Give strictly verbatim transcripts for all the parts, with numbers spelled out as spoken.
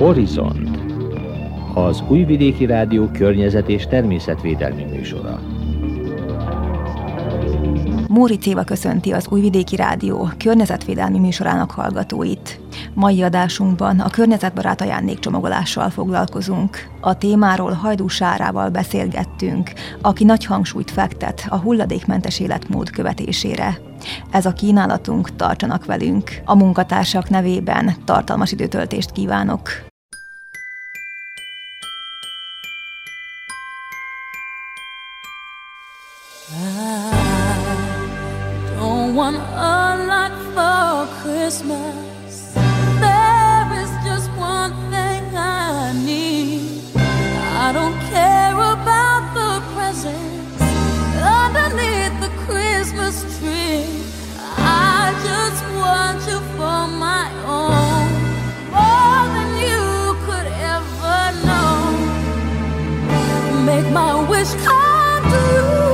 Horizont, az Újvidéki Rádió környezet- és természetvédelmi műsora. Móricz Éva köszönti az Újvidéki Rádió környezetvédelmi műsorának hallgatóit. Mai adásunkban a környezetbarát ajándékcsomagolással foglalkozunk. A témáról Hajdú Sárával beszélgettünk, aki nagy hangsúlyt fektet a hulladékmentes életmód követésére. Ez a kínálatunk, tartsanak velünk. A munkatársak nevében tartalmas időtöltést kívánok. Want a lot for Christmas. There is just one thing I need. I don't care about the presents underneath the Christmas tree. I just want you for my own, more than you could ever know. Make my wish come true.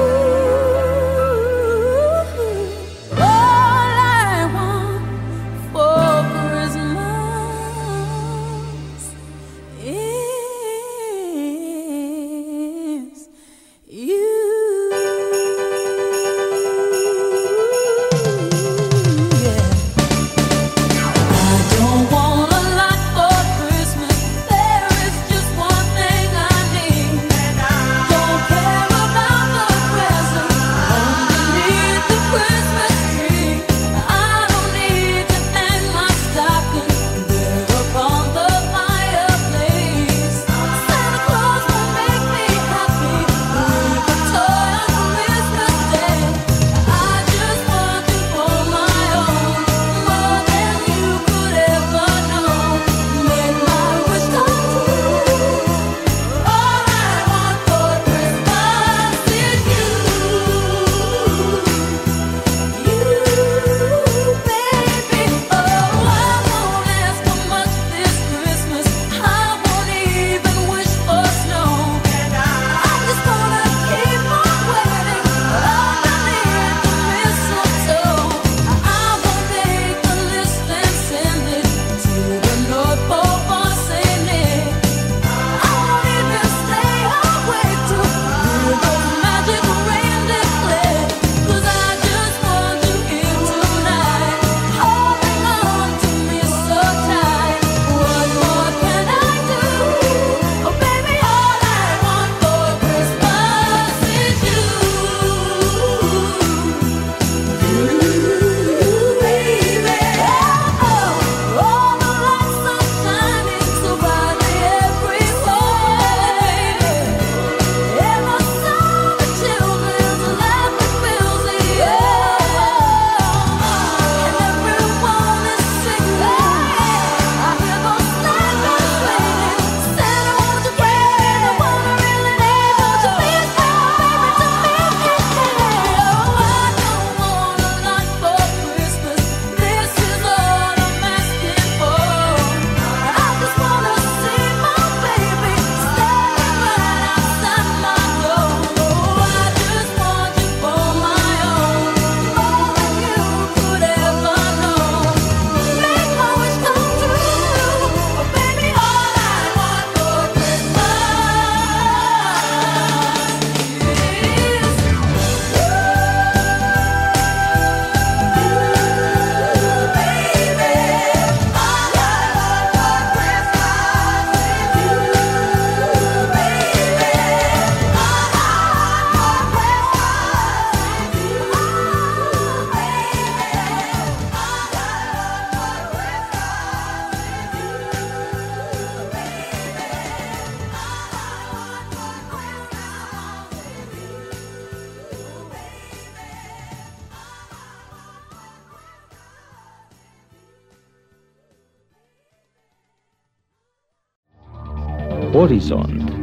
Horizont,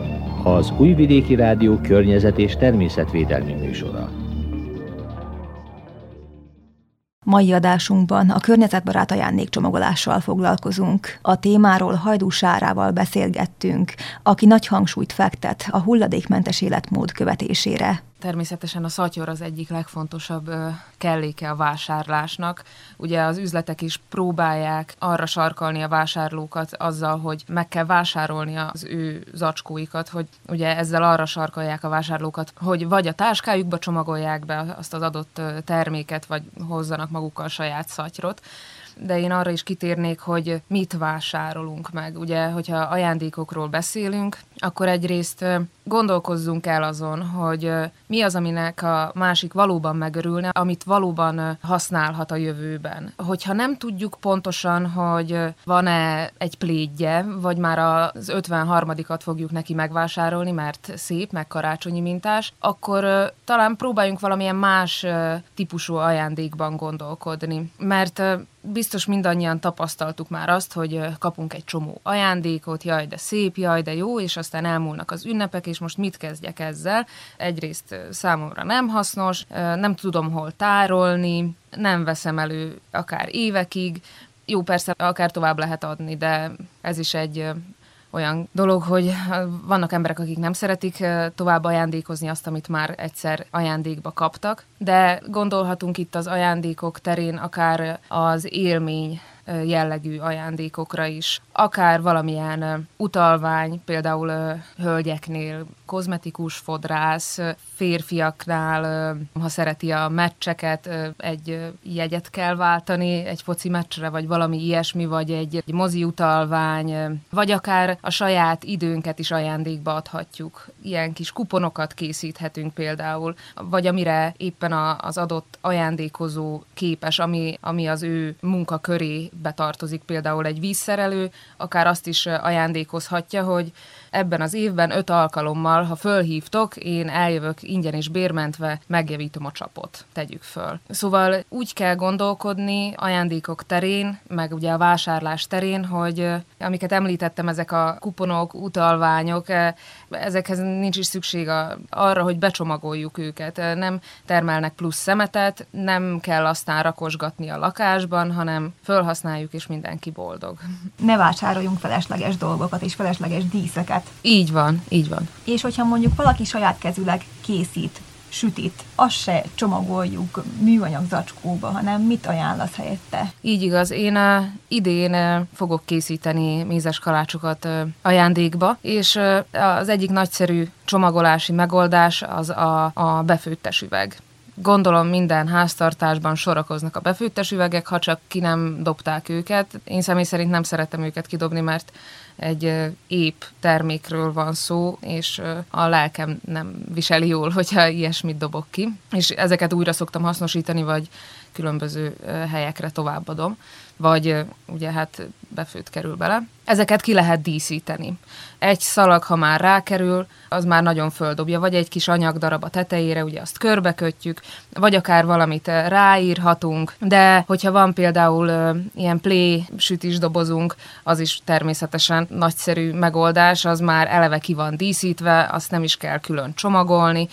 az Újvidéki Rádió környezet- és természetvédelmi műsora. Mai adásunkban a környezetbarát ajándékcsomagolással foglalkozunk. A témáról Hajdú Sárával beszélgettünk, aki nagy hangsúlyt fektet a hulladékmentes életmód követésére. Természetesen a szatyor az egyik legfontosabb kelléke a vásárlásnak. Ugye az üzletek is próbálják arra sarkalni a vásárlókat azzal, hogy meg kell vásárolni az ő zacskóikat, hogy ugye ezzel arra sarkalják a vásárlókat, hogy vagy a táskájukba csomagolják be azt az adott terméket, vagy hozzanak magukkal saját szatyrot. De én arra is kitérnék, hogy mit vásárolunk meg. Ugye, hogyha ajándékokról beszélünk, akkor egyrészt gondolkozzunk el azon, hogy mi az, aminek a másik valóban megörülne, amit valóban használhat a jövőben. Hogyha nem tudjuk pontosan, hogy van-e egy plédje, vagy már az ötvenharmadikat fogjuk neki megvásárolni, mert szép, meg karácsonyi mintás, akkor talán próbáljunk valamilyen más típusú ajándékban gondolkodni. Mert biztos mindannyian tapasztaltuk már azt, hogy kapunk egy csomó ajándékot, jaj, de szép, jaj, de jó, és aztán elmúlnak az ünnepek, és most mit kezdjek ezzel? Egyrészt számomra nem hasznos, nem tudom hol tárolni, nem veszem elő akár évekig, jó, persze akár tovább lehet adni, de ez is egy olyan dolog, hogy vannak emberek, akik nem szeretik tovább ajándékozni azt, amit már egyszer ajándékba kaptak, de gondolhatunk itt az ajándékok terén akár az élmény jellegű ajándékokra is. Akár valamilyen utalvány, például hölgyeknél kozmetikus fodrász, férfiaknál, ha szereti a meccseket, egy jegyet kell váltani egy foci meccsre, vagy valami ilyesmi, vagy egy, egy mozi utalvány, vagy akár a saját időnket is ajándékba adhatjuk. Ilyen kis kuponokat készíthetünk például, vagy amire éppen az adott ajándékozó képes, ami, ami az ő munkakörébe tartozik, például egy vízszerelő, akár azt is ajándékozhatja, hogy ebben az évben öt alkalommal, ha fölhívtok, én eljövök ingyen és bérmentve, megjavítom a csapot, tegyük föl. Szóval úgy kell gondolkodni ajándékok terén, meg ugye a vásárlás terén, hogy amiket említettem, ezek a kuponok, utalványok, ezekhez nincs is szükség arra, hogy becsomagoljuk őket. Nem termelnek plusz szemetet, nem kell aztán rakosgatni a lakásban, hanem fölhasználjuk, és mindenki boldog. Ne vásároljunk felesleges dolgokat és felesleges díszeket. Így van, így van. És hogyha mondjuk valaki saját kezűleg készít sütit, azt se csomagoljuk műanyag zacskóba, hanem mit ajánlasz helyette? Így igaz. Én uh, idén uh, fogok készíteni mézes kalácsokat uh, ajándékba, és uh, az egyik nagyszerű csomagolási megoldás az a, a befőttes üveg. Gondolom minden háztartásban sorakoznak a befőttes üvegek, ha csak ki nem dobták őket. Én személy szerint nem szeretem őket kidobni, mert egy épp termékről van szó, és a lelkem nem viseli jól, hogyha ilyesmit dobok ki. És ezeket újra szoktam hasznosítani, vagy különböző helyekre továbbadom, vagy ugye hát befőtt kerül bele. Ezeket ki lehet díszíteni. Egy szalag, ha már rákerül, az már nagyon földobja, vagy egy kis anyagdarab a tetejére, ugye azt körbekötjük, vagy akár valamit ráírhatunk, de hogyha van például uh, ilyen play sütis dobozunk, az is természetesen nagyszerű megoldás, az már eleve ki van díszítve, azt nem is kell külön csomagolni,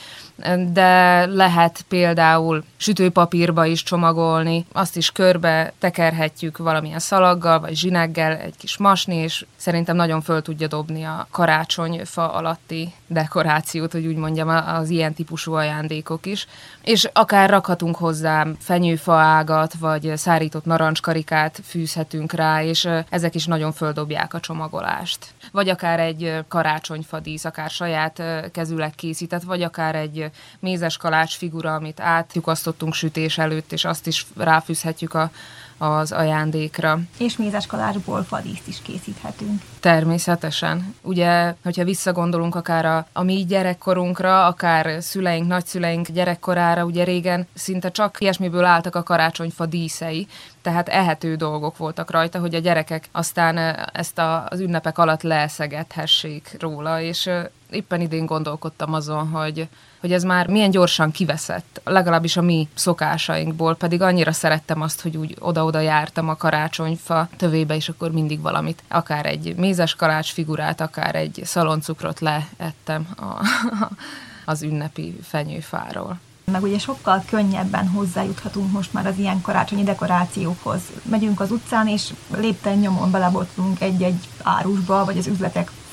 de lehet például sütőpapírba is csomagolni, azt is körbe tekerhetjük valamilyen szalaggal, vagy zsineggel, egy kis masni, és szerintem nagyon föl tudja dobni a karácsonyfa alatti dekorációt, hogy úgy mondjam, az ilyen típusú ajándékok is. És akár rakhatunk hozzá fenyőfaágat, vagy szárított narancskarikát fűzhetünk rá, és ezek is nagyon földobják a csomagolást. Vagy akár egy karácsonyfadísz, akár saját kezüleg készített, vagy akár egy mézes kalács figura, amit átlyukasztottunk sütés előtt, és azt is ráfűzhetjük a az ajándékra. És mézes kalácsból fadíszt is készíthetünk. Természetesen. Ugye, hogyha visszagondolunk akár a, a mi gyerekkorunkra, akár szüleink, nagyszüleink gyerekkorára, ugye régen szinte csak ilyesmiből álltak a karácsonyfa díszei, tehát ehető dolgok voltak rajta, hogy a gyerekek aztán ezt a, az ünnepek alatt leeszegethessék róla, és éppen idén gondolkodtam azon, hogy, hogy ez már milyen gyorsan kiveszett, legalábbis a mi szokásainkból, pedig annyira szerettem azt, hogy úgy oda-oda jártam a karácsonyfa tövébe, és akkor mindig valamit, akár egy mézes kalács figurát, akár egy szaloncukrot leettem a, az ünnepi fenyőfáról. Meg ugye sokkal könnyebben hozzájuthatunk most már az ilyen karácsonyi dekorációkhoz. Megyünk az utcán, és lépten nyomon belebotlunk egy-egy árusba, vagy az üzletek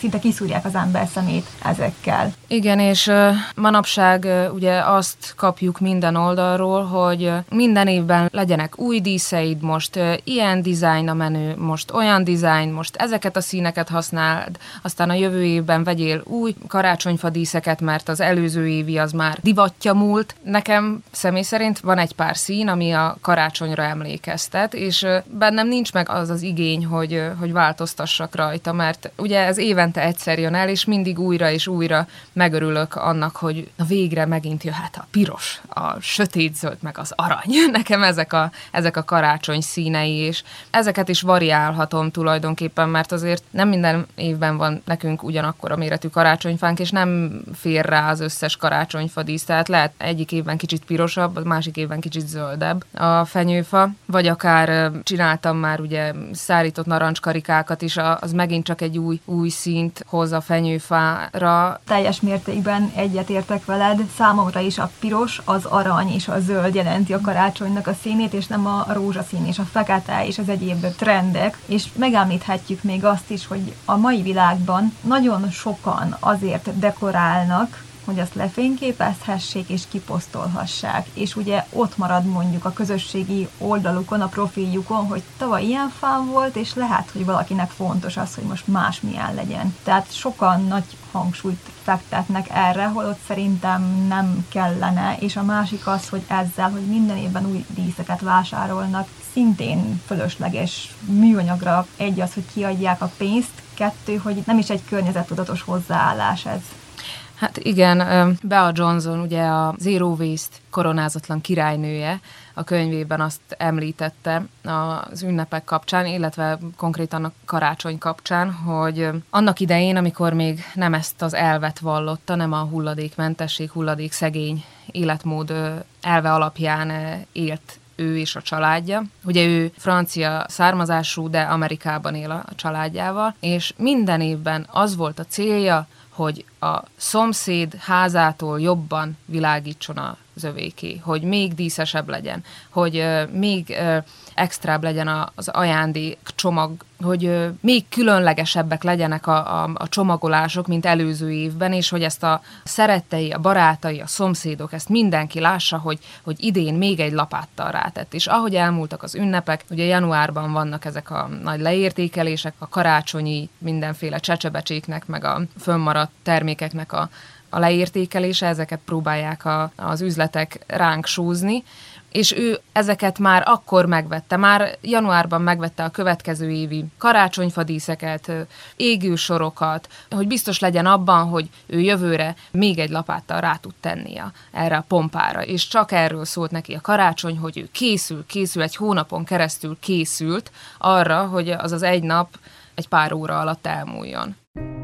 szinte kiszúrják az ember szemét ezekkel. Igen, és manapság ugye azt kapjuk minden oldalról, hogy minden évben legyenek új díszeid, most ilyen dizájn a menő, most olyan dizájn, most ezeket a színeket használd, aztán a jövő évben vegyél új karácsonyfa díszeket, mert az előző évi az már divatja múlt. Nekem személy szerint van egy pár szín, ami a karácsonyra emlékeztet, és bennem nincs meg az az igény, hogy, hogy változtassak rajta, mert ugye ez évente egyszer jön el, és mindig újra és újra megörülök annak, hogy na végre megint jöhet a piros, a sötétzöld, meg az arany. Nekem ezek a, ezek a karácsony színei, és ezeket is variálhatom tulajdonképpen, mert azért nem minden évben van nekünk ugyanakkor a méretű karácsonyfánk, és nem fér rá az összes karácsonyfa dísz, tehát lehet egyik évben kicsit pirosabb, a másik évben kicsit zöldebb a fenyőfa, vagy akár csináltam már ugye szárított narancskarikákat is, az megint csak egy új, új színt hoz a fenyőfára. Teljes mértékben egyetértek veled, számomra is a piros, az arany és a zöld jelenti a karácsonynak a színét, és nem a rózsaszín és a fekete és az egyéb trendek, és megemlíthetjük még azt is, hogy a mai világban nagyon sokan azért dekorálnak, hogy azt lefényképezhessék és kiposztolhassák. És ugye ott marad mondjuk a közösségi oldalukon, a profiljukon, hogy tavaly ilyen fán volt, és lehet, hogy valakinek fontos az, hogy most másmilyen legyen. Tehát sokan nagy hangsúlyt fektetnek erre, holott szerintem nem kellene, és a másik az, hogy ezzel, hogy minden évben új díszeket vásárolnak, szintén fölösleges műanyagra. Egy az, hogy kiadják a pénzt, kettő, hogy nem is egy környezettudatos hozzáállás ez. Hát igen, Bea Johnson, ugye a Zero Waste koronázatlan királynője, a könyvében azt említette az ünnepek kapcsán, illetve konkrétan a karácsony kapcsán, hogy annak idején, amikor még nem ezt az elvet vallotta, nem a hulladékmentesség, hulladékszegény életmód elve alapján élt ő és a családja. Ugye ő francia származású, de Amerikában él a családjával, és minden évben az volt a célja, hogy a szomszéd házától jobban világítson az övéké, hogy még díszesebb legyen, hogy uh, még uh, extrább legyen az ajándék csomag, hogy uh, még különlegesebbek legyenek a, a, a csomagolások, mint előző évben, és hogy ezt a szerettei, a barátai, a szomszédok, ezt mindenki lássa, hogy, hogy idén még egy lapáttal rátett. És ahogy elmúltak az ünnepek, ugye januárban vannak ezek a nagy leértékelések, a karácsonyi mindenféle csecsebecséknek, meg a fönnmaradt termékeknek a, a leértékelése, ezeket próbálják a, az üzletek ránk sózni, és ő ezeket már akkor megvette, már januárban megvette a következő évi karácsonyfadíszeket, égősorokat, hogy biztos legyen abban, hogy ő jövőre még egy lapáttal rá tud tenni a, erre a pompára. És csak erről szólt neki a karácsony, hogy ő készül, készül, egy hónapon keresztül készült arra, hogy az az egy nap egy pár óra alatt elmúljon.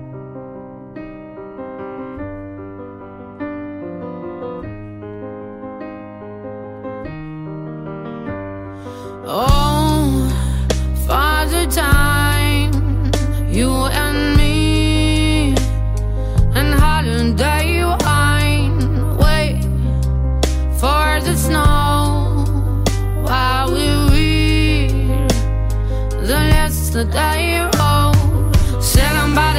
Oh, Father Time, you and me, and holiday wine, wait for the snow while we read the yesterday road, sailing by the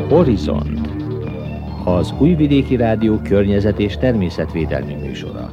Horizont, az Újvidéki Rádió környezet- és természetvédelmi műsora.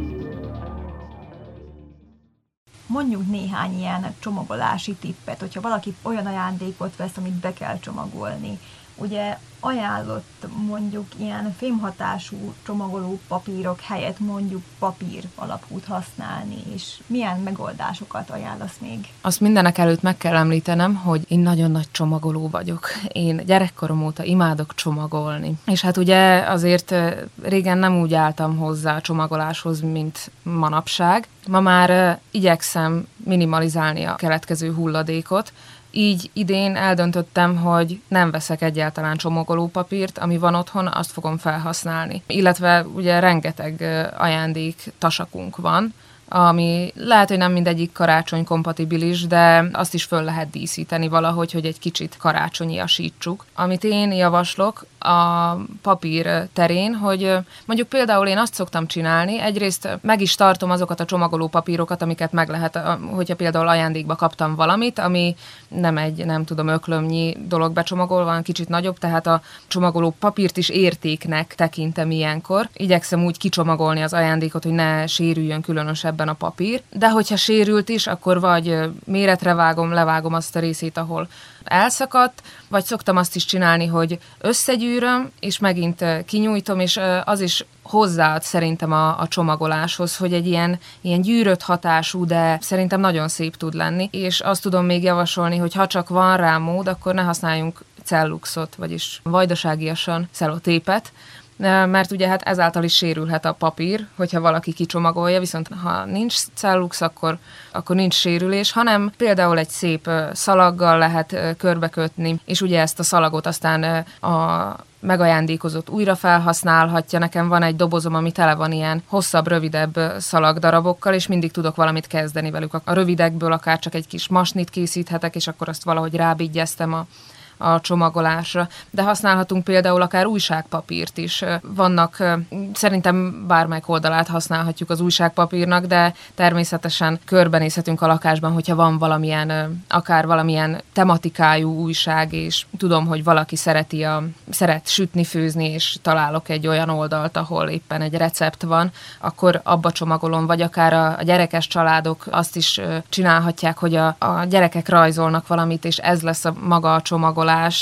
Mondjuk néhány ilyen csomagolási tippet, hogyha valaki olyan ajándékot vesz, amit be kell csomagolni. Ugye ajánlott mondjuk ilyen fémhatású csomagoló papírok helyett mondjuk papír alapút használni, és milyen megoldásokat ajánlasz még? Azt mindenek előtt meg kell említenem, hogy én nagyon nagy csomagoló vagyok. Én gyerekkorom óta imádok csomagolni. És hát ugye azért régen nem úgy álltam hozzá a csomagoláshoz, mint manapság. Ma már igyekszem minimalizálni a keletkező hulladékot, így idén eldöntöttem, hogy nem veszek egyáltalán csomagolópapírt, ami van otthon, azt fogom felhasználni. Illetve ugye rengeteg ajándék tasakunk van, ami lehet, hogy nem mindegyik karácsony kompatibilis, de azt is föl lehet díszíteni valahogy, hogy egy kicsit karácsonyiasítsuk. Amit én javaslok a papír terén, hogy mondjuk például én azt szoktam csinálni, egyrészt meg is tartom azokat a csomagoló papírokat, amiket meg lehet, hogyha például ajándékba kaptam valamit, ami nem egy, nem tudom, öklömnyi dolog becsomagolva, van kicsit nagyobb, tehát a csomagoló papírt is értéknek tekintem ilyenkor. Igyekszem úgy kicsomagolni az ajándékot, hogy ne sérüljön különösebben a papír, de hogyha sérült is, akkor vagy méretre vágom, levágom azt a részét, ahol elszakadt, vagy szoktam azt is csinálni, hogy összegyűröm, és megint kinyújtom, és az is hozzáad szerintem a, a csomagoláshoz, hogy egy ilyen, ilyen gyűrött hatású, de szerintem nagyon szép tud lenni, és azt tudom még javasolni, hogy ha csak van rá mód, akkor ne használjunk celluxot, vagyis vajdaságiasan szelotépet, mert ugye hát ezáltal is sérülhet a papír, hogyha valaki kicsomagolja, viszont ha nincs cellux, akkor, akkor nincs sérülés, hanem például egy szép szalaggal lehet körbekötni, és ugye ezt a szalagot aztán a megajándékozott újra felhasználhatja. Nekem van egy dobozom, ami tele van ilyen hosszabb, rövidebb szalagdarabokkal, és mindig tudok valamit kezdeni velük. A rövidekből akár csak egy kis masnit készíthetek, és akkor azt valahogy rábigyeztem a a csomagolásra, de használhatunk például akár újságpapírt is. Vannak, szerintem bármelyik oldalát használhatjuk az újságpapírnak, de természetesen körbenézhetünk a lakásban, hogyha van valamilyen, akár valamilyen tematikájú újság, és tudom, hogy valaki szereti a, szeret sütni, főzni, és találok egy olyan oldalt, ahol éppen egy recept van, akkor abba csomagolom, vagy akár a, a gyerekes családok azt is csinálhatják, hogy a, a gyerekek rajzolnak valamit, és ez lesz a maga a csomagolás.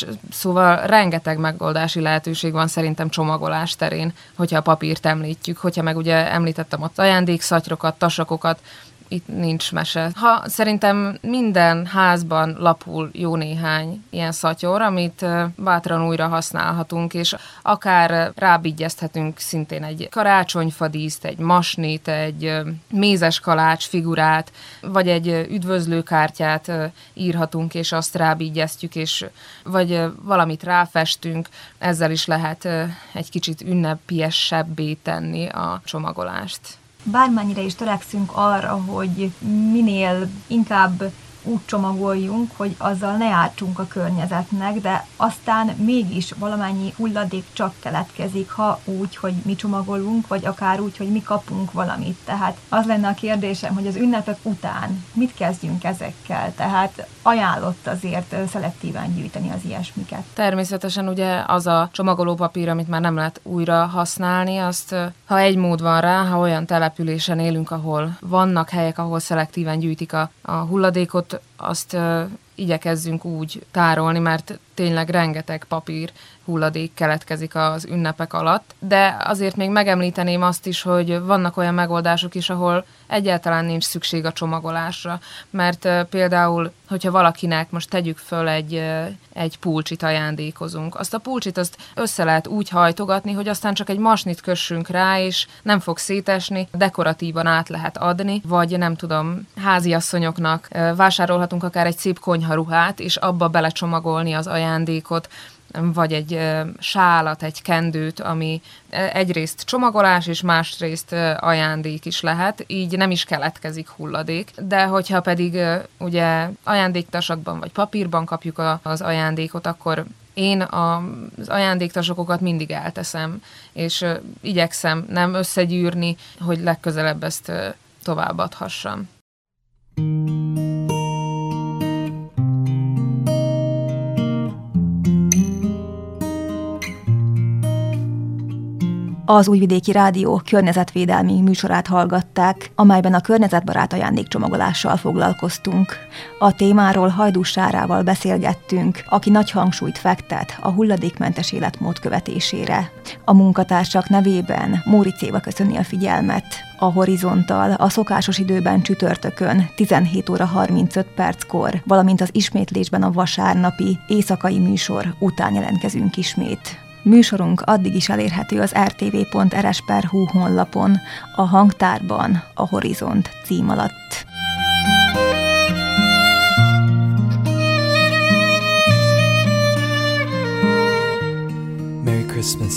Szóval rengeteg megoldási lehetőség van szerintem csomagolás terén, hogyha a papírt említjük, hogyha meg ugye említettem az ajándékszatyrokat, tasakokat, itt nincs mese. Ha szerintem minden házban lapul jó néhány ilyen szatyor, amit bátran újra használhatunk, és akár rábigyezthetünk szintén egy karácsonyfadíszt, egy masnit, egy mézes kalács figurát, vagy egy üdvözlőkártyát írhatunk, és azt rábigyeztjük, és vagy valamit ráfestünk, ezzel is lehet egy kicsit ünnepiesebbé tenni a csomagolást. Bármennyire is törekszünk arra, hogy minél inkább úgy csomagoljunk, hogy azzal ne ártsunk a környezetnek, de aztán mégis valamennyi hulladék csak keletkezik, ha úgy, hogy mi csomagolunk, vagy akár úgy, hogy mi kapunk valamit. Tehát az lenne a kérdésem, hogy az ünnepek után mit kezdjünk ezekkel? Tehát ajánlott azért szelektíven gyűjteni az ilyesmiket. Természetesen ugye az a csomagolópapír, amit már nem lehet újra használni, azt ha egy mód van rá, ha olyan településen élünk, ahol vannak helyek, ahol szelektíven gyűjtik a, a hulladékot, azt uh, igyekezzünk úgy tárolni, mert tényleg rengeteg papír hulladék keletkezik az ünnepek alatt, de azért még megemlíteném azt is, hogy vannak olyan megoldások is, ahol egyáltalán nincs szükség a csomagolásra, mert uh, például, hogyha valakinek most tegyük föl egy, uh, egy pulcsit ajándékozunk, azt a pulcsit azt össze lehet úgy hajtogatni, hogy aztán csak egy masnit kössünk rá, és nem fog szétesni, dekoratívan át lehet adni, vagy nem tudom, háziasszonyoknak uh, vásárolhatunk akár egy szép konyharuhát, és abba belecsomagolni az ajándékot, vagy egy sálat, egy kendőt, ami egyrészt csomagolás, és másrészt ajándék is lehet, így nem is keletkezik hulladék. De hogyha pedig ugye ajándéktasakban vagy papírban kapjuk az ajándékot, akkor én az ajándéktasakokat mindig elteszem, és igyekszem nem összegyűrni, hogy legközelebb ezt továbbadhassam. Az Újvidéki Rádió környezetvédelmi műsorát hallgatták, amelyben a környezetbarát ajándékcsomagolással foglalkoztunk. A témáról Hajdú Sárával beszélgettünk, aki nagy hangsúlyt fektet a hulladékmentes életmód követésére. A munkatársak nevében Móricz Éva köszöni a figyelmet. A Horizonttal a szokásos időben csütörtökön tizenhét óra harmincöt perckor, valamint az ismétlésben a vasárnapi éjszakai műsor után jelentkezünk ismét. Műsorunk addig is elérhető az er té vé pont er es pont hú honlapon, a hangtárban, a Horizont cím alatt. Merry Christmas.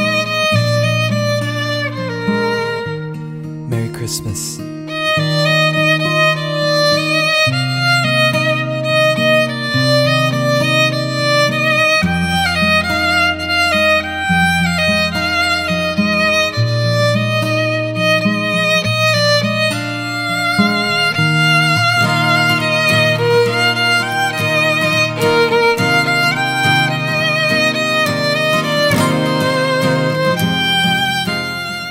Christmas.